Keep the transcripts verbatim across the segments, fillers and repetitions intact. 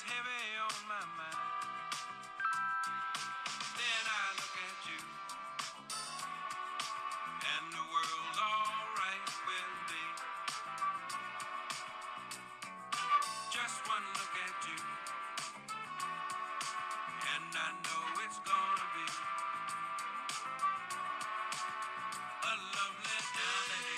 is heavy on my mind. Then I look at you, and the world's alright with me. Just one look at you, and I know it's gonna be a lovely day.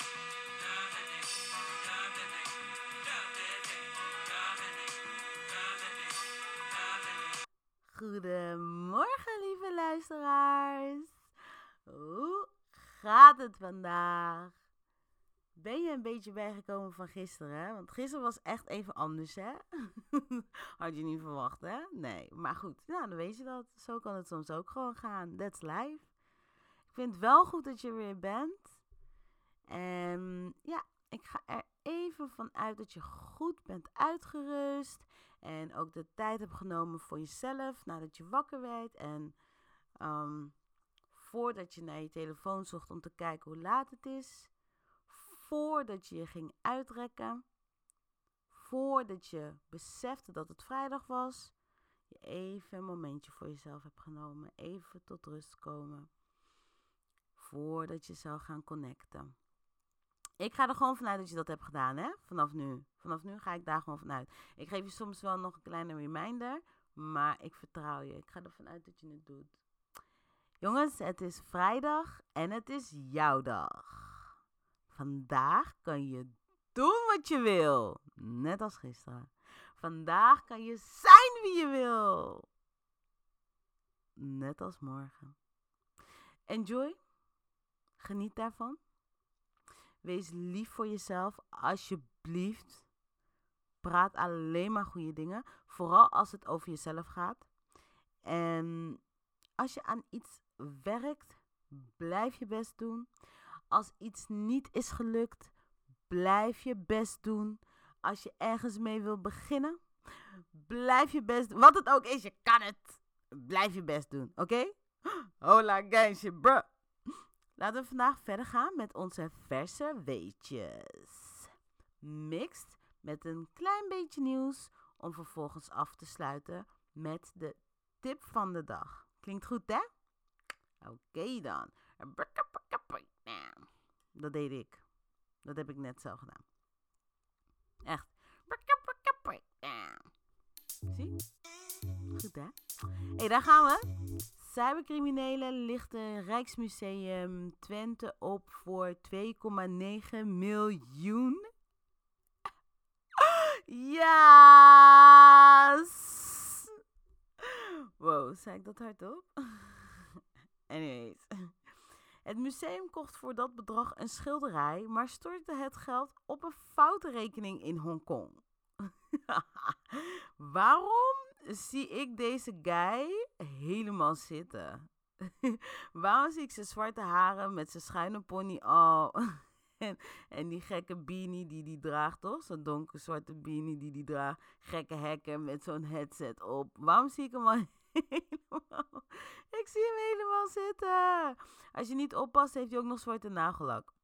Goedemorgen, lieve luisteraars. Hoe gaat het vandaag? Ben je een beetje bijgekomen van gisteren? Want gisteren was echt even anders, hè? Had je niet verwacht, hè? Nee, maar goed. Nou, dan weet je dat. Zo kan het soms ook gewoon gaan. That's life. Ik vind het wel goed dat je er weer bent. En ja, ik ga er even vanuit dat je goed bent uitgerust. En ook de tijd hebt genomen voor jezelf nadat je wakker werd. En um, voordat je naar je telefoon zocht om te kijken hoe laat het is. Voordat je je ging uitrekken. Voordat je besefte dat het vrijdag was. Je even een momentje voor jezelf hebt genomen. Even tot rust komen. Voordat je zou gaan connecten. Ik ga er gewoon vanuit dat je dat hebt gedaan, hè? Vanaf nu. Vanaf nu ga ik daar gewoon vanuit. Ik geef je soms wel nog een kleine reminder. Maar ik vertrouw je. Ik ga ervan uit dat je het doet. Jongens, het is vrijdag en het is jouw dag. Vandaag kan je doen wat je wil. Net als gisteren. Vandaag kan je zijn wie je wil. Net als morgen. Enjoy. Geniet daarvan. Wees lief voor jezelf, alsjeblieft. Praat alleen maar goede dingen. Vooral als het over jezelf gaat. En als je aan iets werkt, blijf je best doen. Als iets niet is gelukt, blijf je best doen. Als je ergens mee wil beginnen, blijf je best doen. Wat het ook is, je kan het. Blijf je best doen, oké? Okay? Hola, geintje, bro. Laten we vandaag verder gaan met onze verse weetjes. Mixed met een klein beetje nieuws om vervolgens af te sluiten met de tip van de dag. Klinkt goed, hè? Oké okay dan. Dat deed ik. Dat heb ik net zo gedaan. Echt. Zie? Goed, hè? Hé, hey, daar gaan we. Cybercriminelen lichten Rijksmuseum Twente op voor twee komma negen miljoen. Yes! Wow, zei ik dat hardop? Anyways. Het museum kocht voor dat bedrag een schilderij, maar stortte het geld op een foute rekening in Hongkong. Waarom zie ik deze guy helemaal zitten? Waarom zie ik zijn zwarte haren met zijn schuine pony al? en, en die gekke beanie die die draagt, toch? Zo'n donker zwarte beanie die die draagt. Gekke hekken met zo'n headset op. Waarom zie ik hem al helemaal? Ik zie hem helemaal zitten. Als je niet oppast, heeft hij ook nog zwarte nagellak.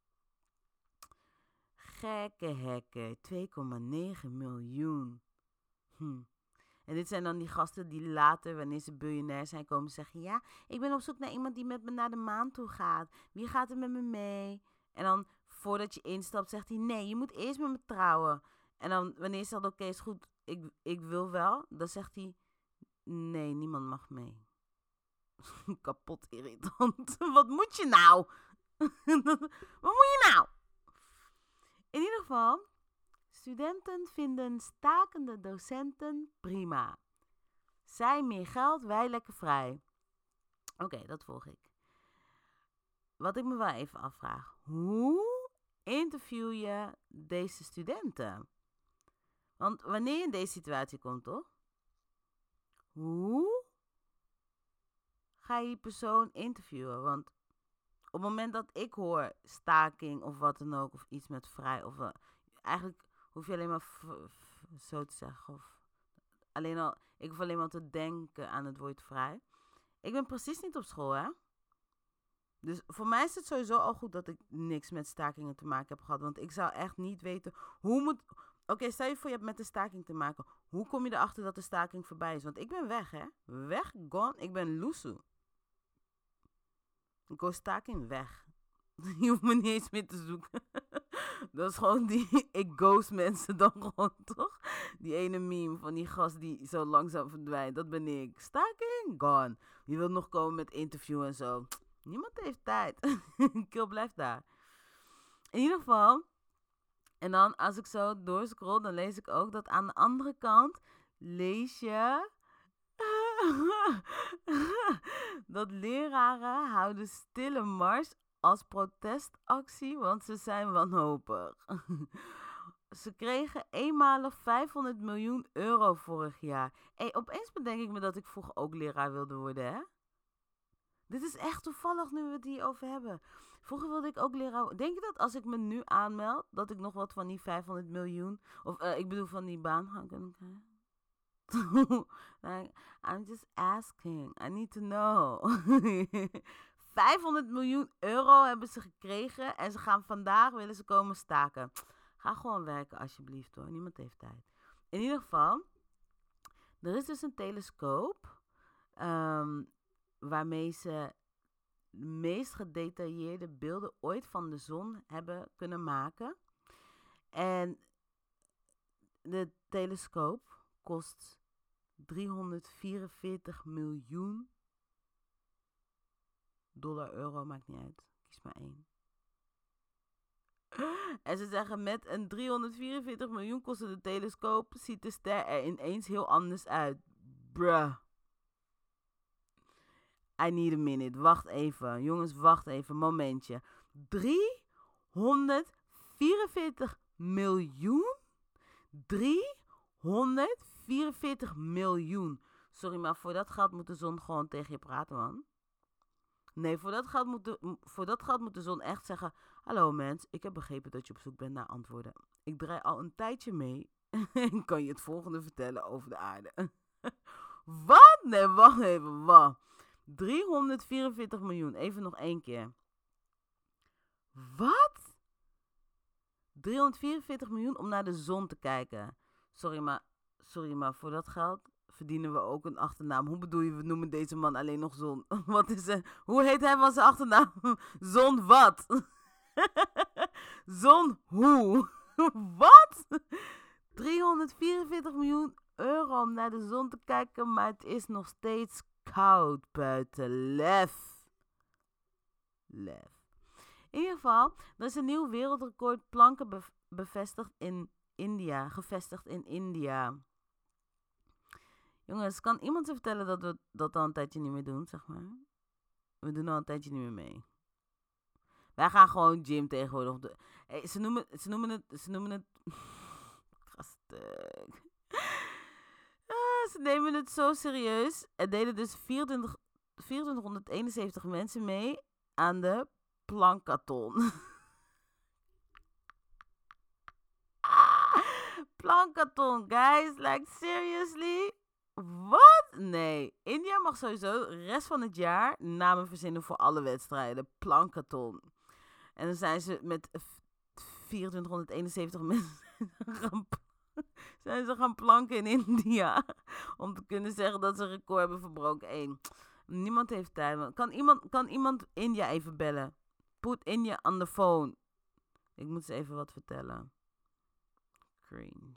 Gekke hekken. twee komma negen miljoen. Hm. En dit zijn dan die gasten die later, wanneer ze biljonair zijn, komen zeggen... Ja, ik ben op zoek naar iemand die met me naar de maan toe gaat. Wie gaat er met me mee? En dan, voordat je instapt, zegt hij... Nee, je moet eerst met me trouwen. En dan, wanneer je zegt, oké, okay, is goed, ik, ik wil wel. Dan zegt hij... Nee, niemand mag mee. Kapot irritant. Wat moet je nou? Wat moet je nou? In ieder geval... Studenten vinden stakende docenten prima. Zij meer geld, wij lekker vrij. Oké, okay, dat volg ik. Wat ik me wel even afvraag. Hoe interview je deze studenten? Want wanneer je in deze situatie komt, toch? Hoe ga je die persoon interviewen? Want op het moment dat ik hoor staking of wat dan ook, of iets met vrij, of uh, eigenlijk... Hoef je alleen maar f- f- zo te zeggen. Of alleen al, ik hoef alleen maar te denken aan het woord vrij. Ik ben precies niet op school, hè. Dus voor mij is het sowieso al goed dat ik niks met stakingen te maken heb gehad. Want ik zou echt niet weten hoe moet... Oké, okay, stel je voor je hebt met de staking te maken. Hoe kom je erachter dat de staking voorbij is? Want ik ben weg, hè? Weg, gone. Ik ben loesoe. Ik go staking weg. Je hoeft me niet eens meer te zoeken. Dat is gewoon die... Ik ghost mensen dan gewoon, toch? Die ene meme van die gast die zo langzaam verdwijnt. Dat ben ik. Staking? Gone. Wie wil nog komen met interview en zo? Niemand heeft tijd. Kill blijft daar. In ieder geval... En dan als ik zo doorscroll, dan lees ik ook dat aan de andere kant lees je dat leraren houden stille mars als protestactie, want ze zijn wanhopig. Ze kregen eenmalig vijfhonderd miljoen euro vorig jaar. Hey, opeens bedenk ik me dat ik vroeger ook leraar wilde worden, hè? Dit is echt toevallig nu we het hier over hebben. Vroeger wilde ik ook leraar worden. Denk je dat als ik me nu aanmeld, dat ik nog wat van die vijfhonderd miljoen, of uh, ik bedoel van die baan ga kunnen krijgen? Like, I'm just asking. I need to know. vijfhonderd miljoen euro hebben ze gekregen en ze gaan vandaag willen ze komen staken. Ga gewoon werken alsjeblieft hoor. Niemand heeft tijd. In ieder geval, er is dus een telescoop um, waarmee ze de meest gedetailleerde beelden ooit van de zon hebben kunnen maken. En de telescoop kost driehonderdvierenveertig miljoen dollar, euro, maakt niet uit. Kies maar één. En ze zeggen met een driehonderdvierenveertig miljoen kost de telescoop, ziet de ster er ineens heel anders uit. Bruh. I need a minute. Wacht even. Jongens, wacht even. Momentje. driehonderdvierenveertig miljoen? driehonderdvierenveertig miljoen. Sorry, maar voor dat geld moet de zon gewoon tegen je praten, man. Nee, voor dat geld moet de, voor dat geld moet de zon echt zeggen... Hallo mens, ik heb begrepen dat je op zoek bent naar antwoorden. Ik draai al een tijdje mee en kan je het volgende vertellen over de aarde. Wat? Nee, wacht even, wat? driehonderdvierenveertig miljoen. Even nog één keer. Wat? driehonderdvierenveertig miljoen om naar de zon te kijken. Sorry, maar, sorry, maar voor dat geld verdienen we ook een achternaam. Hoe bedoel je, we noemen deze man alleen nog Zon? Wat is er? Hoe heet hij van zijn achternaam? Zon wat? Zon hoe? Wat? driehonderdvierenveertig miljoen euro om naar de zon te kijken, maar het is nog steeds koud buiten. Lef. Lef. In ieder geval, er is een nieuw wereldrecord planken bev- bevestigd in India. Gevestigd in India. Jongens, kan iemand ze vertellen dat we dat al een tijdje niet meer doen, zeg maar? We doen al een tijdje niet meer mee. Wij gaan gewoon gym tegenwoordig. De- hey, ze, noemen, ze noemen het... Ze noemen het... Gastuk. Ah, ze nemen het zo serieus. Er deden dus vierentwintig, vierentwintighonderdeenenzeventig mensen mee aan de plankathon. Plankathon, guys. Like, seriously? Wat? Nee. India mag sowieso de rest van het jaar namen verzinnen voor alle wedstrijden. Plankathon. En dan zijn ze met vierentwintighonderdeenenzeventig mensen gaan, zijn ze gaan planken in India. Om te kunnen zeggen dat ze een record hebben verbroken. Eén. Niemand heeft tijd. Kan iemand, kan iemand India even bellen? Put India on the phone. Ik moet ze even wat vertellen. Cringe.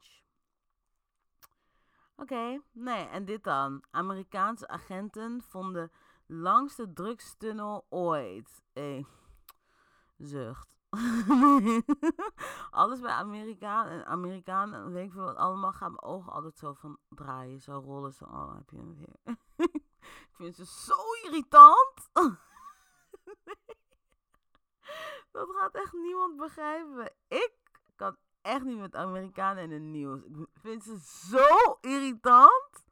Oké, okay, nee, en dit dan. Amerikaanse agenten vonden langste drugstunnel ooit. Hey, zucht. Alles bij Amerikaan en Amerikanen, weet ik veel wat allemaal, gaan mijn ogen altijd zo van draaien, zo rollen, zo, oh, heb je hem weer. Ik vind ze zo irritant. Dat gaat echt niemand begrijpen. Ik kan echt niet met Amerikanen in het nieuws. Ik vind ze zo irritant.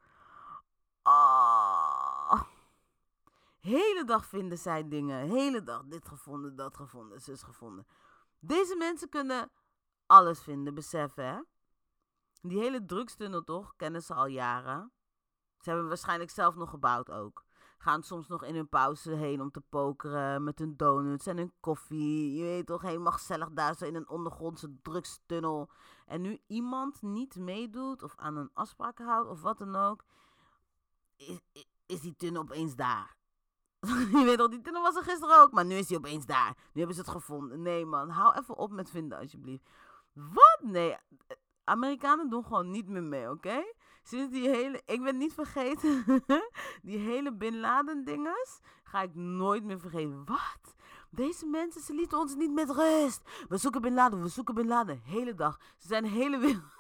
Ah. Hele dag vinden zij dingen. Hele dag dit gevonden, dat gevonden, zus gevonden. Deze mensen kunnen alles vinden, beseffen, hè? Die hele drugstunnel toch, kennen ze al jaren. Ze hebben waarschijnlijk zelf nog gebouwd ook. gaan soms nog in hun pauze heen om te pokeren met hun donuts en hun koffie. Je weet toch, helemaal gezellig daar zo in een ondergrondse drugstunnel. En nu iemand niet meedoet of aan een afspraak houdt of wat dan ook, is, is die tunnel opeens daar. Je weet toch, die tunnel was er gisteren ook, maar nu is die opeens daar. Nu hebben ze het gevonden. Nee man, hou even op met vinden alsjeblieft. Wat? Nee, Amerikanen doen gewoon niet meer mee, oké? Okay? Sinds die hele, ik ben niet vergeten, die hele Bin Laden dinges, ga ik nooit meer vergeten. Wat? Deze mensen, ze lieten ons niet met rust. We zoeken Bin Laden, we zoeken Bin Laden, de hele dag. Ze zijn de hele wereld...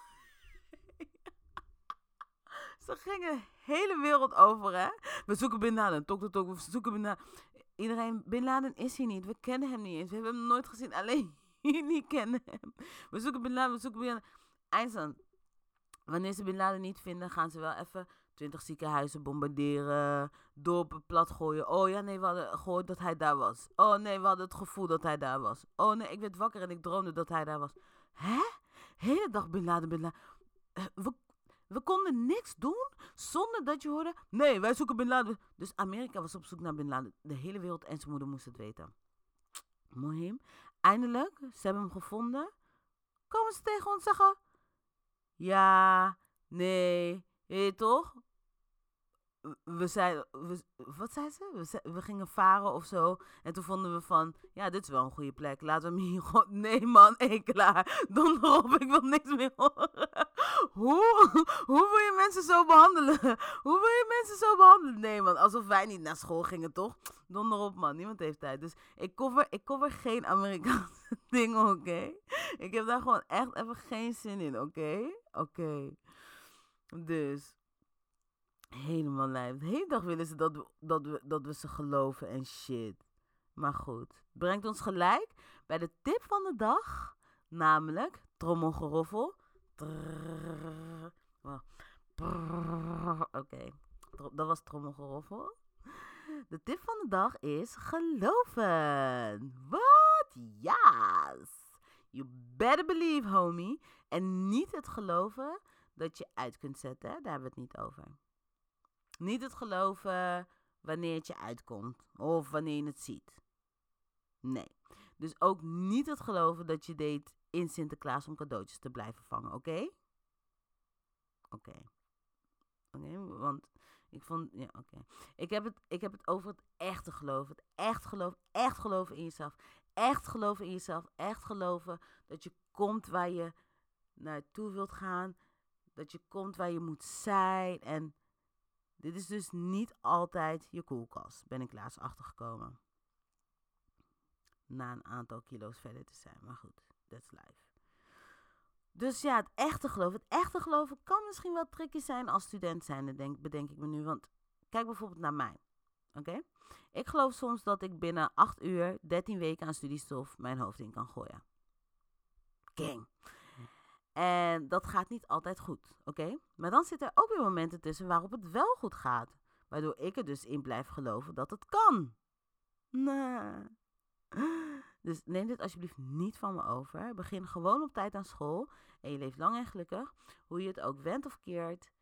Ze gingen de hele wereld over, hè? We zoeken Bin Laden, tok, tok, tok, we zoeken Bin Laden. Iedereen, Bin Laden is hier niet, we kennen hem niet eens. We hebben hem nooit gezien, alleen jullie kennen hem. We zoeken Bin Laden, we zoeken Bin Laden. Eindstand, wanneer ze Bin Laden niet vinden, gaan ze wel even twintig ziekenhuizen bombarderen, dorpen plat gooien. Oh ja, nee, we hadden gehoord dat hij daar was. Oh nee, we hadden het gevoel dat hij daar was. Oh nee, ik werd wakker en ik droomde dat hij daar was. Hè? Hele dag Bin Laden, Bin Laden. We, we konden niks doen zonder dat je hoorde, nee, wij zoeken Bin Laden. Dus Amerika was op zoek naar Bin Laden. De hele wereld en zijn moeder moest het weten. Mohim. Eindelijk, ze hebben hem gevonden. Komen ze tegen ons zeggen, ja, nee, je toch? We zeiden, we, wat zei ze? We, ze? we gingen varen of zo. En toen vonden we van, ja, dit is wel een goede plek. Laten we hem hier gewoon... Nee man, hé, klaar. Donder op, ik wil niks meer horen. Hoe? Hoe wil je mensen zo behandelen? Hoe wil je mensen zo behandelen? Nee man, alsof wij niet naar school gingen, toch? Donder op man, niemand heeft tijd. Dus ik cover, ik cover geen Amerikaanse dingen, oké? Okay? Ik heb daar gewoon echt even geen zin in, oké? Okay? Oké. Okay. Dus... Helemaal lijf. De hele dag willen ze dat we, dat, we, dat we ze geloven en shit. Maar goed. Brengt ons gelijk bij de tip van de dag. Namelijk, trommelgeroffel. Oké, okay. Dat was trommelgeroffel. De tip van de dag is geloven. Wat? Yes. You better believe, homie. En niet het geloven dat je uit kunt zetten. Daar hebben we het niet over. Niet het geloven wanneer het je uitkomt. Of wanneer je het ziet. Nee. Dus ook niet het geloven dat je deed in Sinterklaas om cadeautjes te blijven vangen. Oké? Okay? Oké. Okay. Oké, okay, want ik vond... Ja, oké. Okay. Ik heb het, ik heb het over het echte geloven. Het echt geloven. Echt geloven in jezelf. Echt geloven in jezelf. Echt geloven dat je komt waar je naartoe wilt gaan. Dat je komt waar je moet zijn. En... Dit is dus niet altijd je koelkast, ben ik laatst achtergekomen. Na een aantal kilo's verder te zijn, maar goed, that's life. Dus ja, het echte geloven. Het echte geloven kan misschien wel tricky zijn als student zijn, denk, bedenk ik me nu. Want kijk bijvoorbeeld naar mij, oké? Okay? Ik geloof soms dat ik binnen acht uur, dertien weken aan studiestof mijn hoofd in kan gooien. Gang. En dat gaat niet altijd goed, oké? Okay? Maar dan zitten er ook weer momenten tussen waarop het wel goed gaat. Waardoor ik er dus in blijf geloven dat het kan. Nee. Dus neem dit alsjeblieft niet van me over. Begin gewoon op tijd aan school. En je leeft lang en gelukkig. Hoe je het ook wendt of keert.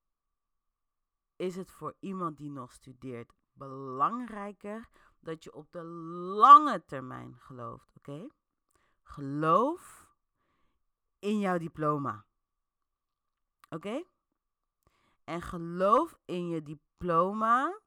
Is het voor iemand die nog studeert belangrijker dat je op de lange termijn gelooft, oké? Okay? Geloof in jouw diploma. Oké? Okay? En geloof in je diploma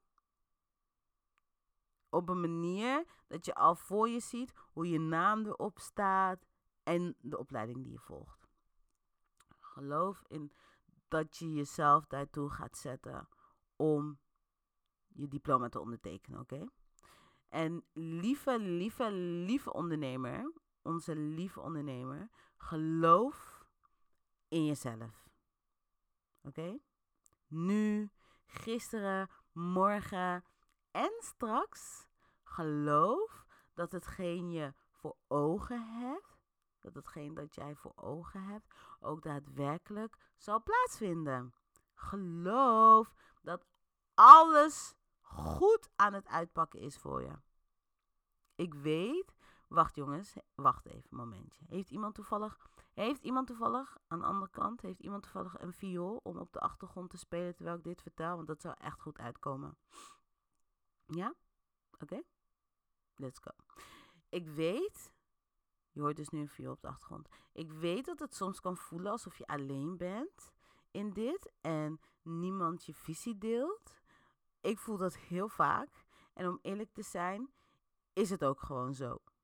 op een manier dat je al voor je ziet hoe je naam erop staat en de opleiding die je volgt. Geloof in dat je jezelf daartoe gaat zetten om je diploma te ondertekenen, oké? Okay? En lieve, lieve, lieve ondernemer, onze lieve ondernemer, geloof in jezelf. Oké? Okay? Nu, gisteren, morgen en straks geloof dat hetgeen je voor ogen hebt, dat hetgeen dat jij voor ogen hebt, ook daadwerkelijk zal plaatsvinden. Geloof dat alles goed aan het uitpakken is voor je. Ik weet, wacht jongens, wacht even een momentje. Heeft iemand toevallig, heeft iemand toevallig, aan de andere kant, heeft iemand toevallig een viool om op de achtergrond te spelen terwijl ik dit vertel? Want dat zou echt goed uitkomen. Ja? Oké? Okay? Let's go. Ik weet, je hoort dus nu een viool op de achtergrond. Ik weet dat het soms kan voelen alsof je alleen bent in dit en niemand je visie deelt. Ik voel dat heel vaak. En om eerlijk te zijn, is het ook gewoon zo. Oké?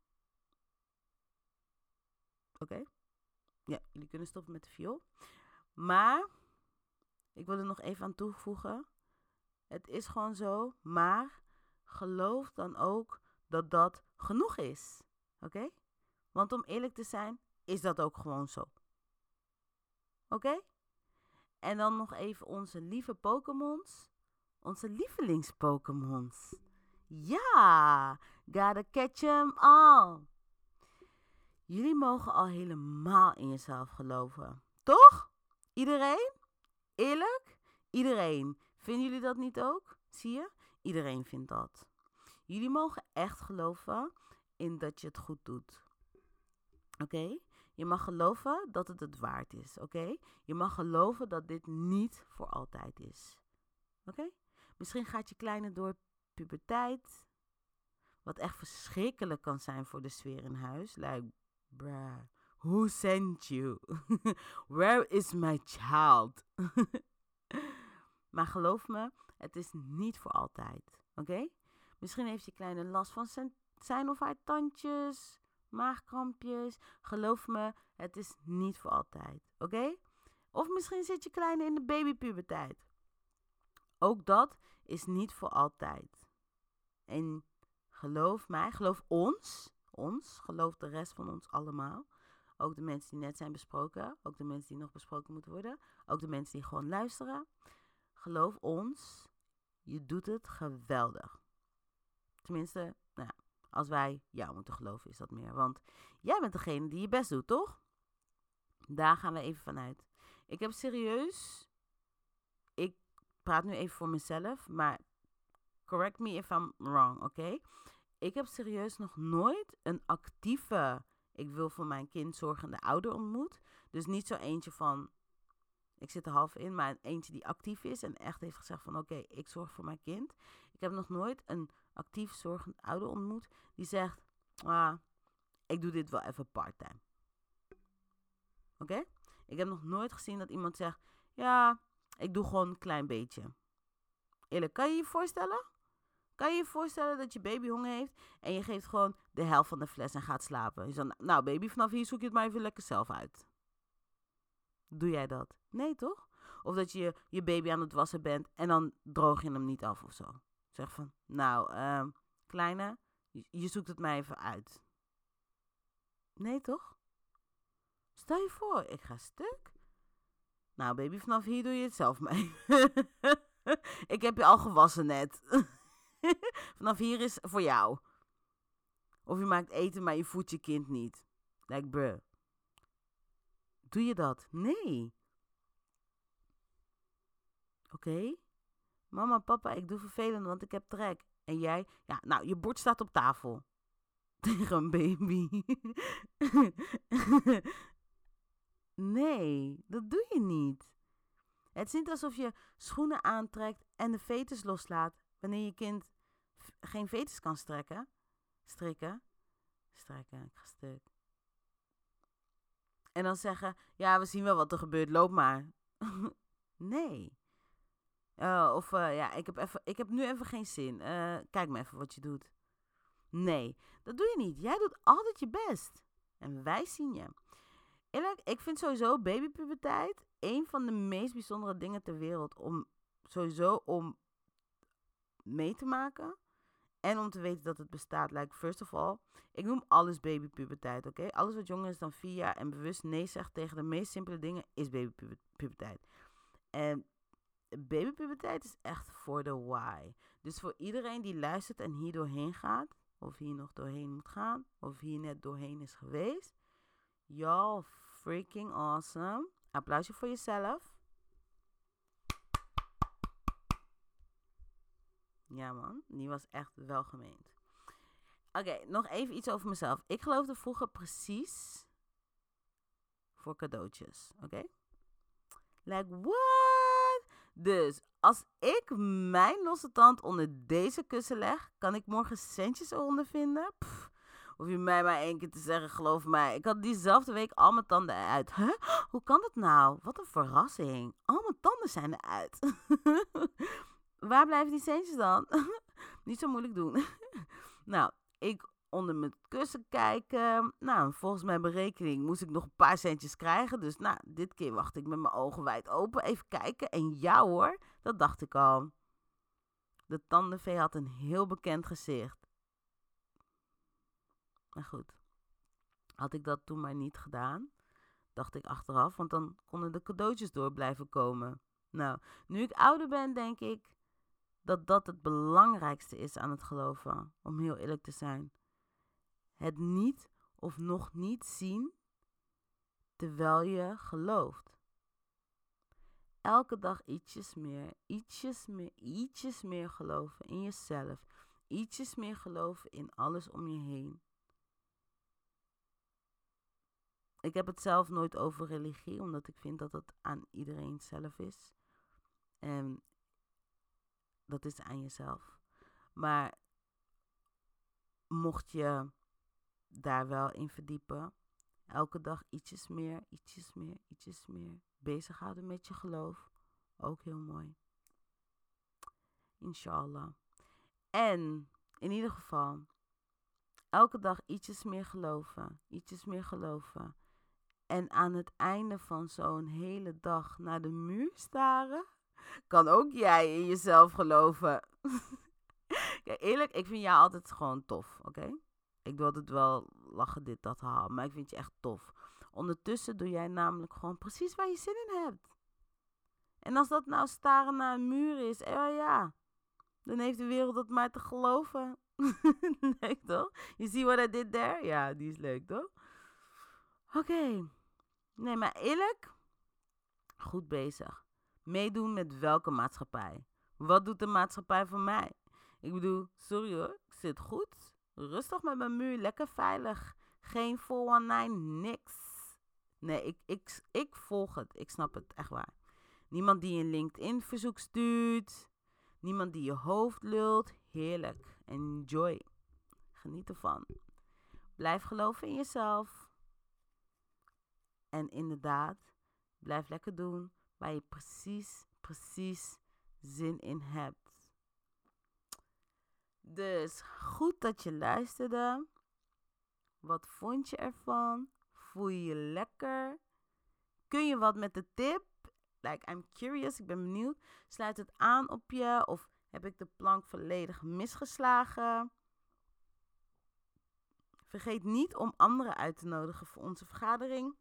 Okay? Ja, jullie kunnen stoppen met de viool. Maar, ik wil er nog even aan toevoegen. Het is gewoon zo, maar geloof dan ook dat dat genoeg is. Oké? Okay? Want om eerlijk te zijn, is dat ook gewoon zo. Oké? Okay? En dan nog even onze lieve Pokémons. Onze lievelings-Pokémons. Ja! Gotta catch 'em all. Jullie mogen al helemaal in jezelf geloven. Toch? Iedereen? Eerlijk? Iedereen. Vinden jullie dat niet ook? Zie je? Iedereen vindt dat. Jullie mogen echt geloven in dat je het goed doet. Oké? Okay? Je mag geloven dat het het waard is. Oké? Okay? Je mag geloven dat dit niet voor altijd is. Oké? Okay? Misschien gaat je kleine door puberteit. Wat echt verschrikkelijk kan zijn voor de sfeer in huis. Like, bruh, who sent you? Where is my child? Maar geloof me, het is niet voor altijd. Oké? Okay? Misschien heeft je kleine last van zijn, zijn of haar tandjes, maagkrampjes. Geloof me, het is niet voor altijd. Oké? Okay? Of misschien zit je kleine in de babypuberteit. Ook dat is niet voor altijd. En geloof mij, geloof ons, ons, geloof de rest van ons allemaal. Ook de mensen die net zijn besproken, ook de mensen die nog besproken moeten worden, ook de mensen die gewoon luisteren. Geloof ons, je doet het geweldig. Tenminste, nou ja, als wij jou moeten geloven is dat meer. Want jij bent degene die je best doet, toch? Daar gaan we even vanuit. Ik heb serieus, ik praat nu even voor mezelf, maar correct me if I'm wrong, oké? Okay? Ik heb serieus nog nooit een actieve, ik wil voor mijn kind zorgende ouder ontmoet. Dus niet zo eentje van, ik zit er half in, maar eentje die actief is en echt heeft gezegd van oké, okay, ik zorg voor mijn kind. Ik heb nog nooit een actief zorgend ouder ontmoet die zegt, ah, ik doe dit wel even part-time. Oké? Okay? Ik heb nog nooit gezien dat iemand zegt, ja, ik doe gewoon een klein beetje. Eerlijk, kan je je voorstellen? Kan je je voorstellen dat je baby honger heeft en je geeft gewoon de helft van de fles en gaat slapen? Je zegt, nou baby, vanaf hier zoek je het maar even lekker zelf uit. Doe jij dat? Nee, toch? Of dat je je baby aan het wassen bent en dan droog je hem niet af of zo. Zeg van, nou, uh, kleine, je, je zoekt het mij even uit. Nee, toch? Stel je voor, ik ga stuk. Nou baby, vanaf hier doe je het zelf mee. Ik heb je al gewassen net. Vanaf hier is voor jou. Of je maakt eten, maar je voedt je kind niet. Like, bruh. Doe je dat? Nee. Oké. Okay. Mama, papa, ik doe vervelend, want ik heb trek. En jij? Ja, nou, je bord staat op tafel. Tegen een baby. Nee, dat doe je niet. Het is niet alsof je schoenen aantrekt en de veters loslaat wanneer je kind f- geen veters kan strekken. Strikken. Strekken, ik ga stuk. En dan zeggen, ja, we zien wel wat er gebeurt, loop maar. Nee. Uh, of uh, ja, ik heb, even, ik heb nu even geen zin. Uh, kijk maar even wat je doet. Nee, dat doe je niet. Jij doet altijd je best. En wij zien je. Eerlijk, ik vind sowieso babypuberteit een van de meest bijzondere dingen ter wereld. Om sowieso om mee te maken. En om te weten dat het bestaat. Like, first of all, ik noem alles babypuberteit, oké? Okay? Alles wat jonger is dan vier jaar en bewust nee zegt tegen de meest simpele dingen, is babypuberteit. En babypuberteit is echt voor de why. Dus voor iedereen die luistert en hier doorheen gaat, of hier nog doorheen moet gaan, of hier net doorheen is geweest, y'all freaking awesome. Applausje voor jezelf. Ja man, die was echt wel gemeend. Oké, okay, nog even iets over mezelf. Ik geloofde vroeger precies voor cadeautjes, oké? Okay? Like, what? Dus als ik mijn losse tand onder deze kussen leg, kan ik morgen centjes eronder vinden? Pff, hoef je mij maar één keer te zeggen, geloof mij. Ik had diezelfde week al mijn tanden eruit. Huh? Hoe kan dat nou? Wat een verrassing. Al mijn tanden zijn eruit. Waar blijven die centjes dan? Niet zo moeilijk doen. Nou, ik onder mijn kussen kijken. Nou, volgens mijn berekening moest ik nog een paar centjes krijgen. Dus nou, dit keer wacht ik met mijn ogen wijd open. Even kijken. En ja hoor, dat dacht ik al. De tandenvee had een heel bekend gezicht. Maar goed, had ik dat toen maar niet gedaan, dacht ik achteraf. Want dan konden de cadeautjes door blijven komen. Nou, nu ik ouder ben, denk ik dat dat het belangrijkste is aan het geloven. Om heel eerlijk te zijn. Het niet of nog niet zien terwijl je gelooft. Elke dag ietsjes meer, ietsjes meer, ietsjes meer geloven in jezelf. Ietsjes meer geloven in alles om je heen. Ik heb het zelf nooit over religie, omdat ik vind dat het aan iedereen zelf is. En dat is aan jezelf. Maar mocht je daar wel in verdiepen, elke dag ietsjes meer, ietsjes meer, ietsjes meer bezighouden met je geloof. Ook heel mooi. Inshallah. En in ieder geval, elke dag ietsjes meer geloven, ietsjes meer geloven. En aan het einde van zo'n hele dag naar de muur staren, kan ook jij in jezelf geloven. Kijk, eerlijk, ik vind jou altijd gewoon tof, oké? Okay? Ik doe altijd wel lachen, dit, dat, haal. Maar ik vind je echt tof. Ondertussen doe jij namelijk gewoon precies waar je zin in hebt. En als dat nou staren naar een muur is, eh, ja, dan heeft de wereld dat maar te geloven. Leuk toch? You see what I did there? Ja, die is leuk toch? Oké. Okay. Nee, maar eerlijk, goed bezig. Meedoen met welke maatschappij? Wat doet de maatschappij voor mij? Ik bedoel, sorry hoor, ik zit goed. Rustig met mijn muur, lekker veilig. Geen vier negentien, niks. Nee, ik, ik, ik volg het. Ik snap het, echt waar. Niemand die een LinkedIn-verzoek stuurt. Niemand die je hoofd lult. Heerlijk. Enjoy. Geniet ervan. Blijf geloven in jezelf. En inderdaad, blijf lekker doen waar je precies, precies zin in hebt. Dus goed dat je luisterde. Wat vond je ervan? Voel je je lekker? Kun je wat met de tip? Like, I'm curious, ik ben benieuwd. Sluit het aan op je of heb ik de plank volledig misgeslagen? Vergeet niet om anderen uit te nodigen voor onze vergadering.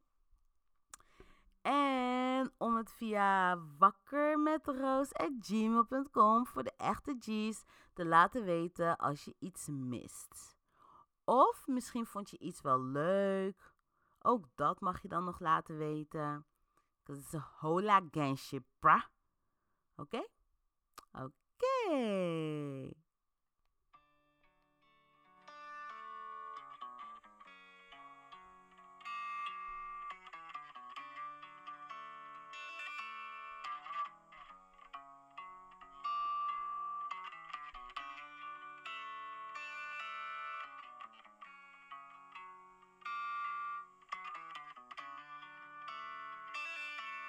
En om het via wakkermetroos at gmail dot com voor de echte G's te laten weten als je iets mist. Of misschien vond je iets wel leuk. Ook dat mag je dan nog laten weten. Dat is een hola gansje, pra. Oké? Oké.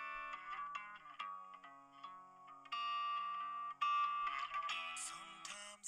Sometimes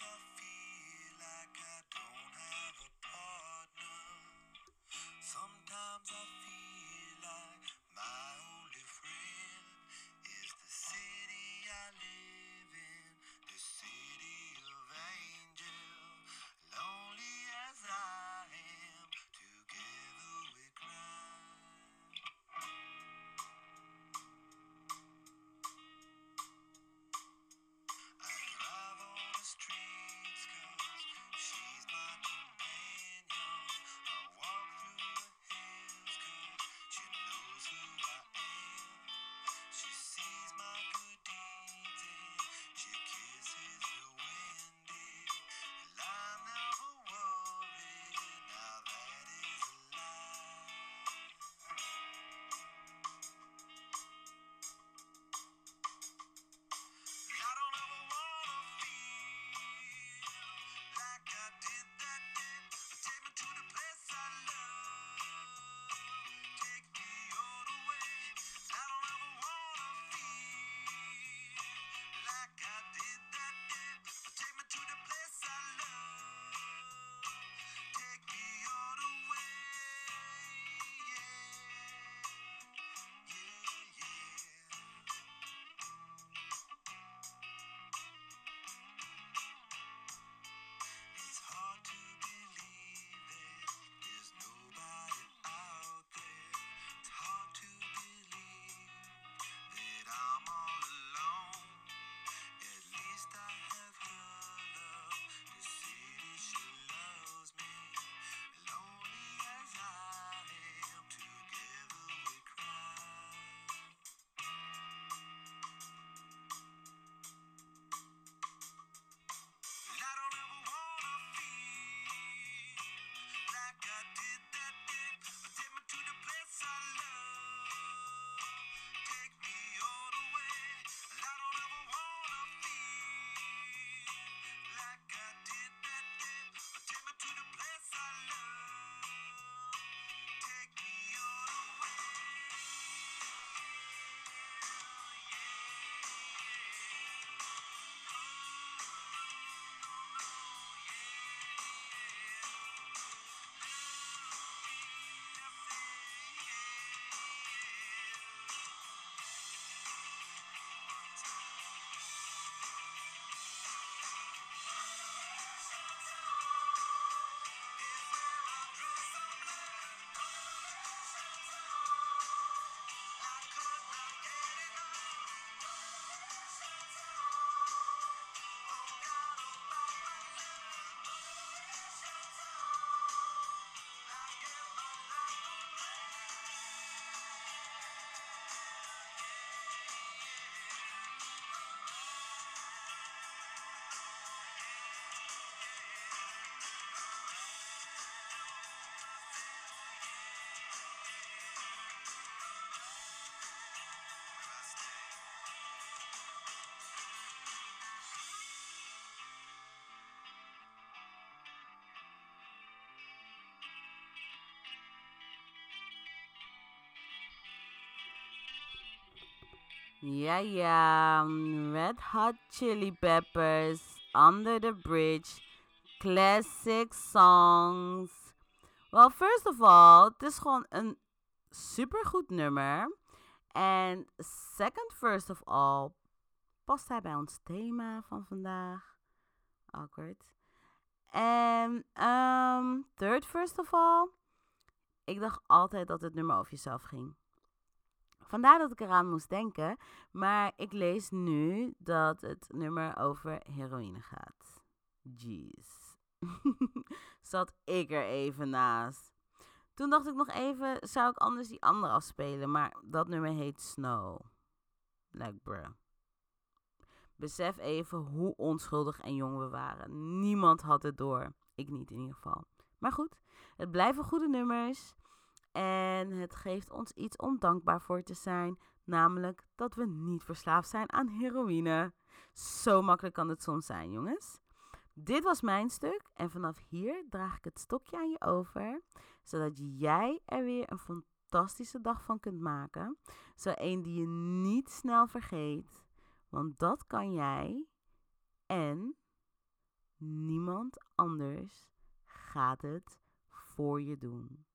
Ja, ja. Red Hot Chili Peppers, Under the Bridge, classic songs. Well, first of all, het is gewoon een supergoed nummer. En second, first of all, past hij bij ons thema van vandaag? Awkward. En um, third, first of all, ik dacht altijd dat het nummer over jezelf ging. Vandaar dat ik eraan moest denken, maar ik lees nu dat het nummer over heroïne gaat. Jeez. Zat ik er even naast. Toen dacht ik nog even, zou ik anders die andere afspelen, maar dat nummer heet Snow. Like, bruh. Besef even hoe onschuldig en jong we waren. Niemand had het door. Ik niet in ieder geval. Maar goed, het blijven goede nummers. En het geeft ons iets om dankbaar voor te zijn. Namelijk dat we niet verslaafd zijn aan heroïne. Zo makkelijk kan het soms zijn, jongens. Dit was mijn stuk. En vanaf hier draag ik het stokje aan je over. Zodat jij er weer een fantastische dag van kunt maken. Zo een die je niet snel vergeet. Want dat kan jij. En niemand anders gaat het voor je doen.